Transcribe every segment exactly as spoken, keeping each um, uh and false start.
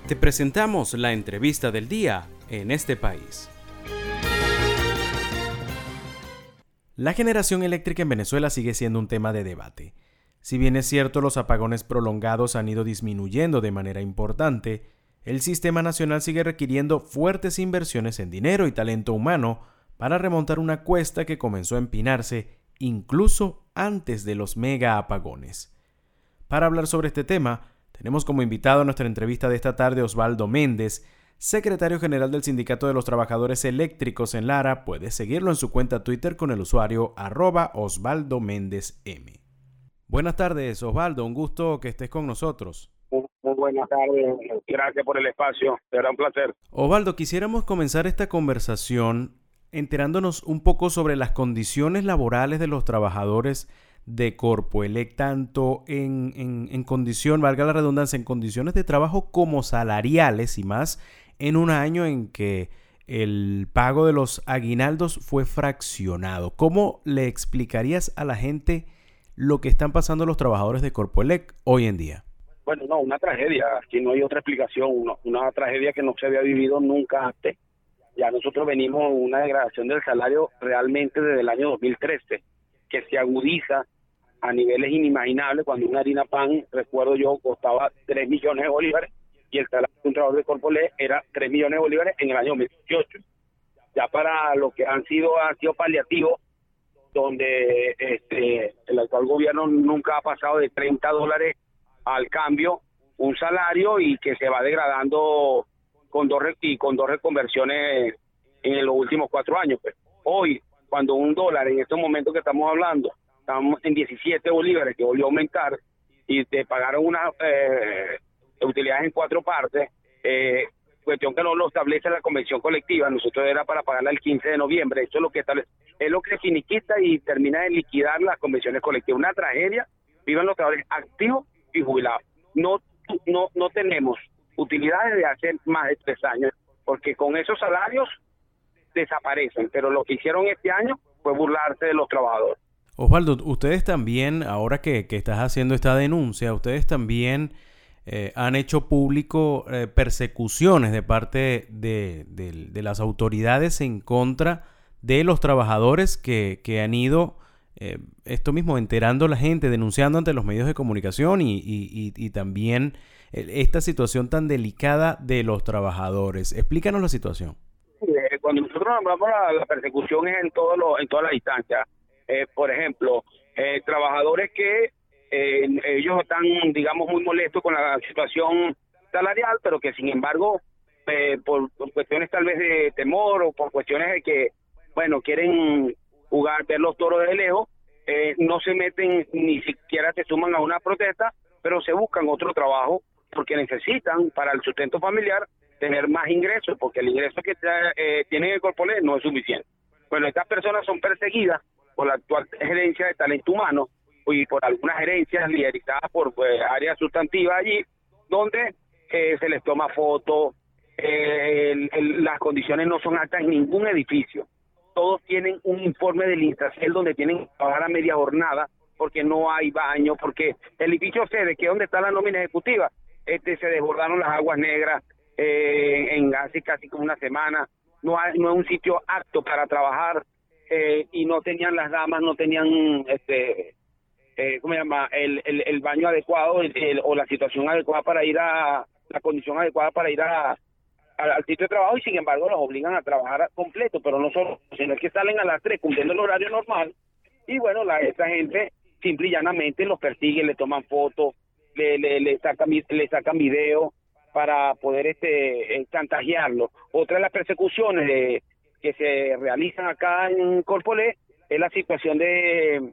Te presentamos la entrevista del día en este país. La generación eléctrica en Venezuela sigue siendo un tema de debate. Si bien es cierto, los apagones prolongados han ido disminuyendo de manera importante, el sistema nacional sigue requiriendo fuertes inversiones en dinero y talento humano para remontar una cuesta que comenzó a empinarse incluso antes de los mega apagones. Para hablar sobre este tema, tenemos como invitado a nuestra entrevista de esta tarde Osvaldo Méndez, secretario general del Sindicato de los Trabajadores Eléctricos en Lara. Puedes seguirlo en su cuenta Twitter con el usuario arroba Osvaldo Méndez M. Buenas tardes, Osvaldo, un gusto que estés con nosotros. Muy, muy buenas tardes, gracias por el espacio, será un placer. Osvaldo, quisiéramos comenzar esta conversación enterándonos un poco sobre las condiciones laborales de los trabajadores de Corpoelec, tanto en, en, en condición, valga la redundancia, en condiciones de trabajo como salariales, y más en un año en que el pago de los aguinaldos fue fraccionado. ¿Cómo le explicarías a la gente lo que están pasando los trabajadores de Corpoelec hoy en día? Bueno, no, una tragedia, aquí no hay otra explicación, una, una tragedia que no se había vivido nunca antes. Ya nosotros venimos en una degradación del salario realmente desde el año dos mil trece, que se agudiza a niveles inimaginables, cuando una harina pan, recuerdo yo, costaba tres millones de bolívares, y el salario de un trabajador de Corpoelec era tres millones de bolívares en el año dos mil dieciocho. Ya para lo que han sido, han sido paliativos, donde este el actual gobierno nunca ha pasado de treinta dólares al cambio, un salario, y que se va degradando con dos, y con dos reconversiones en los últimos cuatro años. Pues. Hoy, cuando un dólar, en estos momentos que estamos hablando, estamos en diecisiete bolívares, que volvió a aumentar, y te pagaron unas eh, utilidades en cuatro partes, eh, cuestión que no lo establece la convención colectiva. Nosotros era para pagarla el quince de noviembre, eso es lo que establece, es lo que finiquita y termina de liquidar las convenciones colectivas. Una tragedia, vivan los trabajadores activos y jubilados. No, no, no tenemos utilidades de hace más de tres años, porque con esos salarios desaparecen, pero lo que hicieron este año fue burlarse de los trabajadores. Osvaldo, ustedes también, ahora que, que estás haciendo esta denuncia, ustedes también eh, han hecho público eh, persecuciones de parte de, de, de las autoridades en contra de los trabajadores que, que han ido, eh, esto mismo, enterando a la gente, denunciando ante los medios de comunicación y, y, y, y también eh, esta situación tan delicada de los trabajadores. Explícanos la situación. Eh, cuando nosotros hablamos la, la persecución es en, todo lo, en todas las instancias. Eh, por ejemplo, eh, trabajadores que eh, ellos están, digamos, muy molestos con la situación salarial, pero que sin embargo, eh, por, por cuestiones tal vez de temor o por cuestiones de que, bueno, quieren jugar, ver los toros de lejos, eh, no se meten, ni siquiera se suman a una protesta, pero se buscan otro trabajo porque necesitan para el sustento familiar tener más ingresos, porque el ingreso que eh, tienen en el Corpoelec no es suficiente. Bueno, estas personas son perseguidas por la actual gerencia de talento humano y por algunas gerencias lideradas por pues, áreas sustantivas allí, donde eh, se les toma fotos, eh, el, el, las condiciones no son altas en ningún edificio. Todos tienen un informe del Intracel donde tienen que pagar a media jornada porque no hay baño, porque el edificio sede, que es donde está la nómina ejecutiva, este se desbordaron las aguas negras eh, en hace casi como una semana, no, hay, no es un sitio apto para trabajar. Eh, y no tenían las damas, no tenían este eh, ¿cómo se llama? El, el, el baño adecuado el, el, o la situación adecuada para ir a, la condición adecuada para ir a, a al sitio de trabajo, y sin embargo los obligan a trabajar completo, pero no solo, sino que salen a las tres cumpliendo el horario normal, y bueno, la, esta gente simple y llanamente los persiguen, le toman fotos, le, le, le sacan le sacan video para poder este chantajearlo. Otra de las persecuciones de que se realizan acá en Corpoelec es la situación de,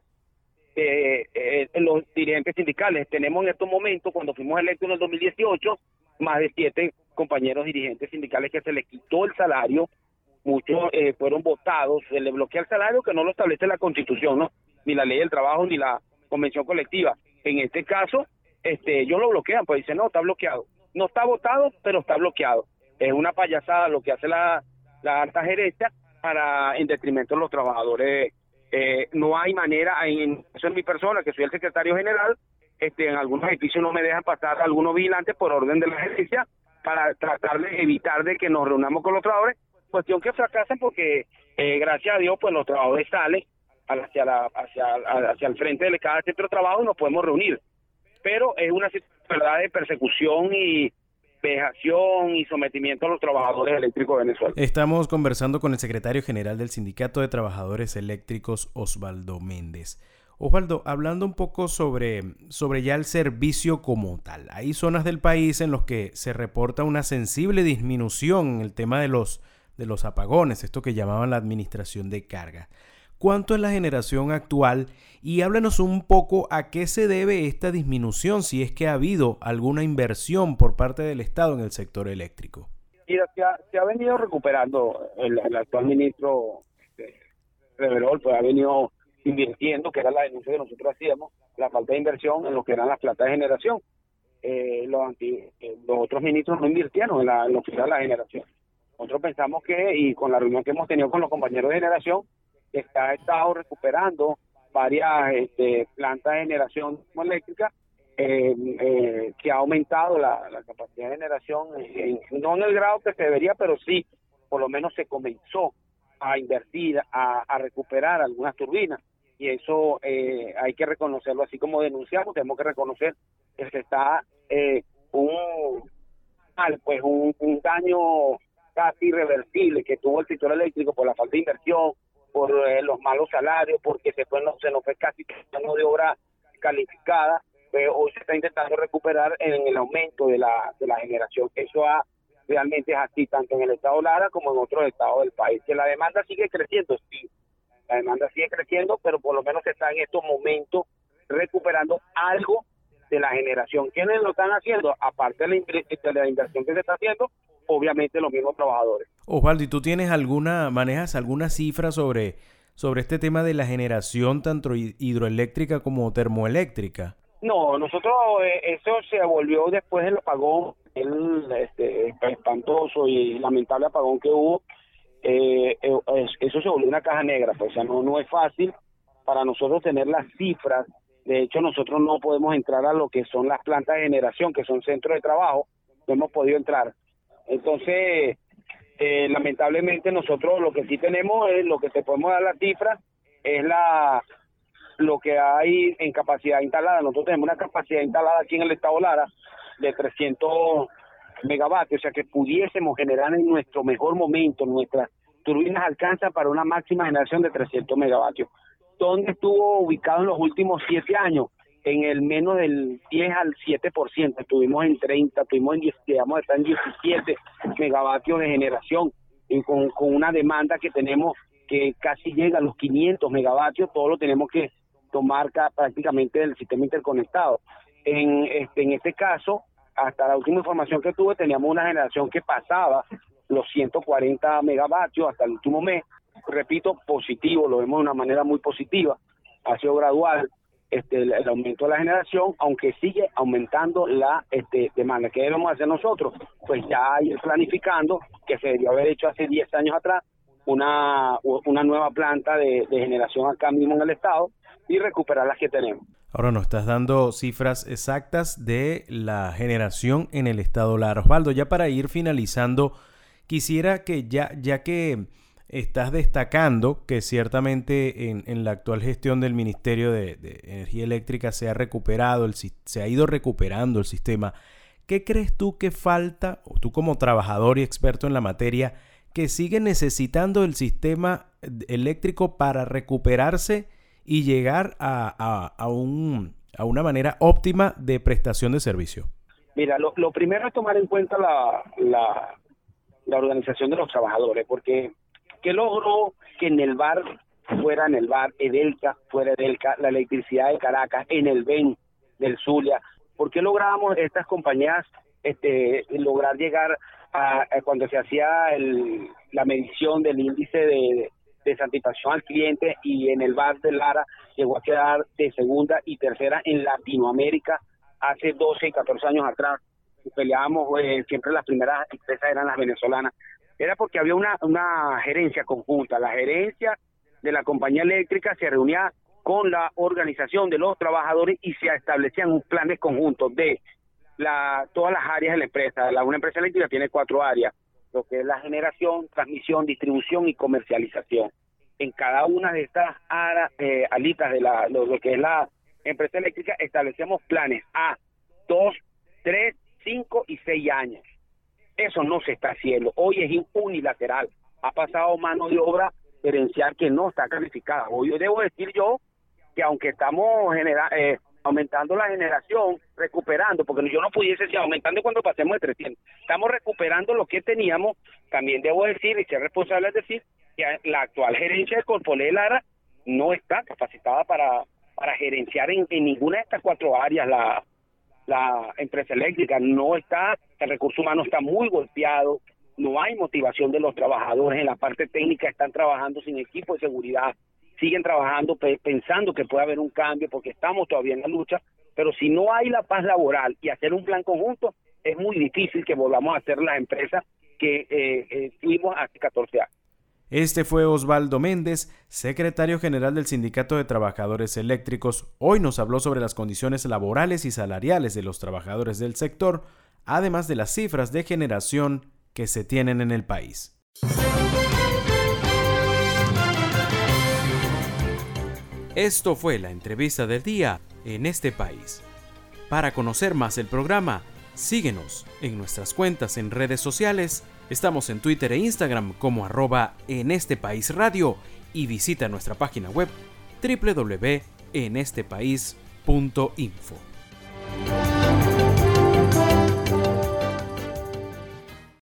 de, de, de los dirigentes sindicales. Tenemos en estos momentos, cuando fuimos electos en el dos mil dieciocho, más de siete compañeros dirigentes sindicales que se les quitó el salario, muchos eh, fueron votados, se les bloquea el salario que no lo establece la Constitución, ¿no? Ni la ley del trabajo ni la convención colectiva. En este caso, este, ellos lo bloquean, pues dicen, no, está bloqueado. No está votado, pero está bloqueado. Es una payasada lo que hace la la alta gerencia para en detrimento de los trabajadores. Eh, no hay manera, en, eso es mi persona, que soy el secretario general, este en algunos edificios no me dejan pasar a algunos vigilantes por orden de la gerencia, para tratar de evitar de que nos reunamos con los trabajadores, cuestión que fracasan porque eh, gracias a Dios pues los trabajadores salen hacia la hacia hacia el frente de cada centro de trabajo y nos podemos reunir, pero es una situación de persecución y vejación y sometimiento a los trabajadores eléctricos de Venezuela. Estamos conversando con el secretario general del Sindicato de Trabajadores Eléctricos, Osvaldo Méndez. Osvaldo, hablando un poco sobre, sobre ya el servicio como tal, hay zonas del país en los que se reporta una sensible disminución en el tema de los, de los apagones, esto que llamaban la administración de carga. ¿Cuánto es la generación actual? Y háblanos un poco a qué se debe esta disminución, si es que ha habido alguna inversión por parte del Estado en el sector eléctrico. Mira, se ha, se ha venido recuperando el, el actual ministro este, Reverol, pues ha venido invirtiendo, que era la denuncia que nosotros hacíamos, la falta de inversión en lo que eran las plantas de generación. Eh, los, anti, eh, los otros ministros no invirtieron en, la, en lo que era la generación. Nosotros pensamos que, y con la reunión que hemos tenido con los compañeros de generación, está estado recuperando varias este, plantas de generación eléctrica, eh, eh, que ha aumentado la, la capacidad de generación, en, no en el grado que se debería, pero sí, por lo menos se comenzó a invertir, a, a recuperar algunas turbinas, y eso eh, hay que reconocerlo, así como denunciamos, tenemos que reconocer que se está eh, un, pues un, un daño casi irreversible que tuvo el sector eléctrico por la falta de inversión, por eh, los malos salarios, porque se, fue, no, se nos fue casi mano de obra calificada. Eh, hoy se está intentando recuperar en el aumento de la de la generación. Eso ha, realmente es así, tanto en el estado Lara como en otros estados del país. Que la demanda sigue creciendo, sí, la demanda sigue creciendo, pero por lo menos se está en estos momentos recuperando algo de la generación. ¿Quiénes lo están haciendo? Aparte de la, de la inversión que se está haciendo, obviamente los mismos trabajadores. Osvaldo, ¿y tú tienes alguna, manejas alguna cifra sobre, sobre este tema de la generación tanto hidroeléctrica como termoeléctrica? No, nosotros, eh, eso se volvió después del apagón, el este, espantoso y lamentable apagón que hubo, eh, eh, eso se volvió una caja negra, pues, o sea, no, no es fácil para nosotros tener las cifras. De hecho, nosotros no podemos entrar a lo que son las plantas de generación, que son centros de trabajo, no hemos podido entrar. Entonces, eh, lamentablemente nosotros lo que sí tenemos es, lo que te podemos dar la cifra, es la lo que hay en capacidad instalada. Nosotros tenemos una capacidad instalada aquí en el estado Lara de trescientos megavatios, o sea que pudiésemos generar en nuestro mejor momento, nuestras turbinas alcanzan para una máxima generación de trescientos megavatios. ¿Dónde estuvo ubicado en los últimos siete años? En el menos del diez al siete por ciento, estuvimos en treinta, estuvimos en diez, digamos, está en diecisiete megavatios de generación, y con, con una demanda que tenemos que casi llega a los quinientos megavatios, todo lo tenemos que tomar ca, prácticamente del sistema interconectado. En este, en este caso, hasta la última información que tuve, teníamos una generación que pasaba los ciento cuarenta megavatios hasta el último mes. Repito, positivo, lo vemos de una manera muy positiva, ha sido gradual este el, el aumento de la generación, aunque sigue aumentando la este demanda. ¿Qué debemos hacer nosotros? Pues ya ir planificando, que se debió haber hecho hace diez años atrás, una, una nueva planta de, de generación acá mismo en el estado y recuperar las que tenemos. Ahora nos estás dando cifras exactas de la generación en el estado Lara. Osvaldo, ya para ir finalizando, quisiera que ya, ya que estás destacando que ciertamente en, en la actual gestión del Ministerio de, de Energía Eléctrica se ha recuperado, el, se ha ido recuperando el sistema, ¿qué crees tú que falta, o tú como trabajador y experto en la materia, que sigue necesitando el sistema eléctrico para recuperarse y llegar a, a, a, un, a una manera óptima de prestación de servicio? Mira, lo, lo primero es tomar en cuenta la, la, la organización de los trabajadores, porque ¿qué logró que en el bar fuera en el bar Edelca, fuera Edelca, la electricidad de Caracas, en el B E N del Zulia? ¿Por qué lográbamos estas compañías este, lograr llegar a, a cuando se hacía el, la medición del índice de, de satisfacción al cliente, y en el bar de Lara llegó a quedar de segunda y tercera en Latinoamérica hace doce y catorce años atrás? Peleábamos, eh, siempre las primeras empresas eran las venezolanas. Era porque había una, una gerencia conjunta. La gerencia de la compañía eléctrica se reunía con la organización de los trabajadores y se establecían un planes conjuntos de la, todas las áreas de la empresa. La, una empresa eléctrica tiene cuatro áreas, lo que es la generación, transmisión, distribución y comercialización. En cada una de estas áreas, eh, alitas de la, lo, lo que es la empresa eléctrica, establecemos planes a dos, tres, cinco y seis años. Eso no se está haciendo. Hoy es unilateral. Ha pasado mano de obra gerencial que no está calificada. Hoy debo decir yo que aunque estamos genera, eh, aumentando la generación, recuperando, porque yo no pudiese decir aumentando cuando pasemos de trescientos, estamos recuperando lo que teníamos. También debo decir y ser responsable es decir que la actual gerencia de Colpolé Lara no está capacitada para, para gerenciar en, en ninguna de estas cuatro áreas la, la empresa eléctrica. No está, el recurso humano está muy golpeado, no hay motivación de los trabajadores, en la parte técnica están trabajando sin equipo de seguridad, siguen trabajando pe- pensando que puede haber un cambio porque estamos todavía en la lucha, pero si no hay la paz laboral y hacer un plan conjunto, es muy difícil que volvamos a ser las empresas que eh, eh, fuimos hace catorce años. Este fue Osvaldo Méndez, secretario general del Sindicato de Trabajadores Eléctricos. Hoy nos habló sobre las condiciones laborales y salariales de los trabajadores del sector, además de las cifras de generación que se tienen en el país. Esto fue la entrevista del día en este país. Para conocer más el programa, síguenos en nuestras cuentas en redes sociales. Estamos en Twitter e Instagram como arroba en este país radio y visita nuestra página web doble u doble u doble u punto en este país punto info.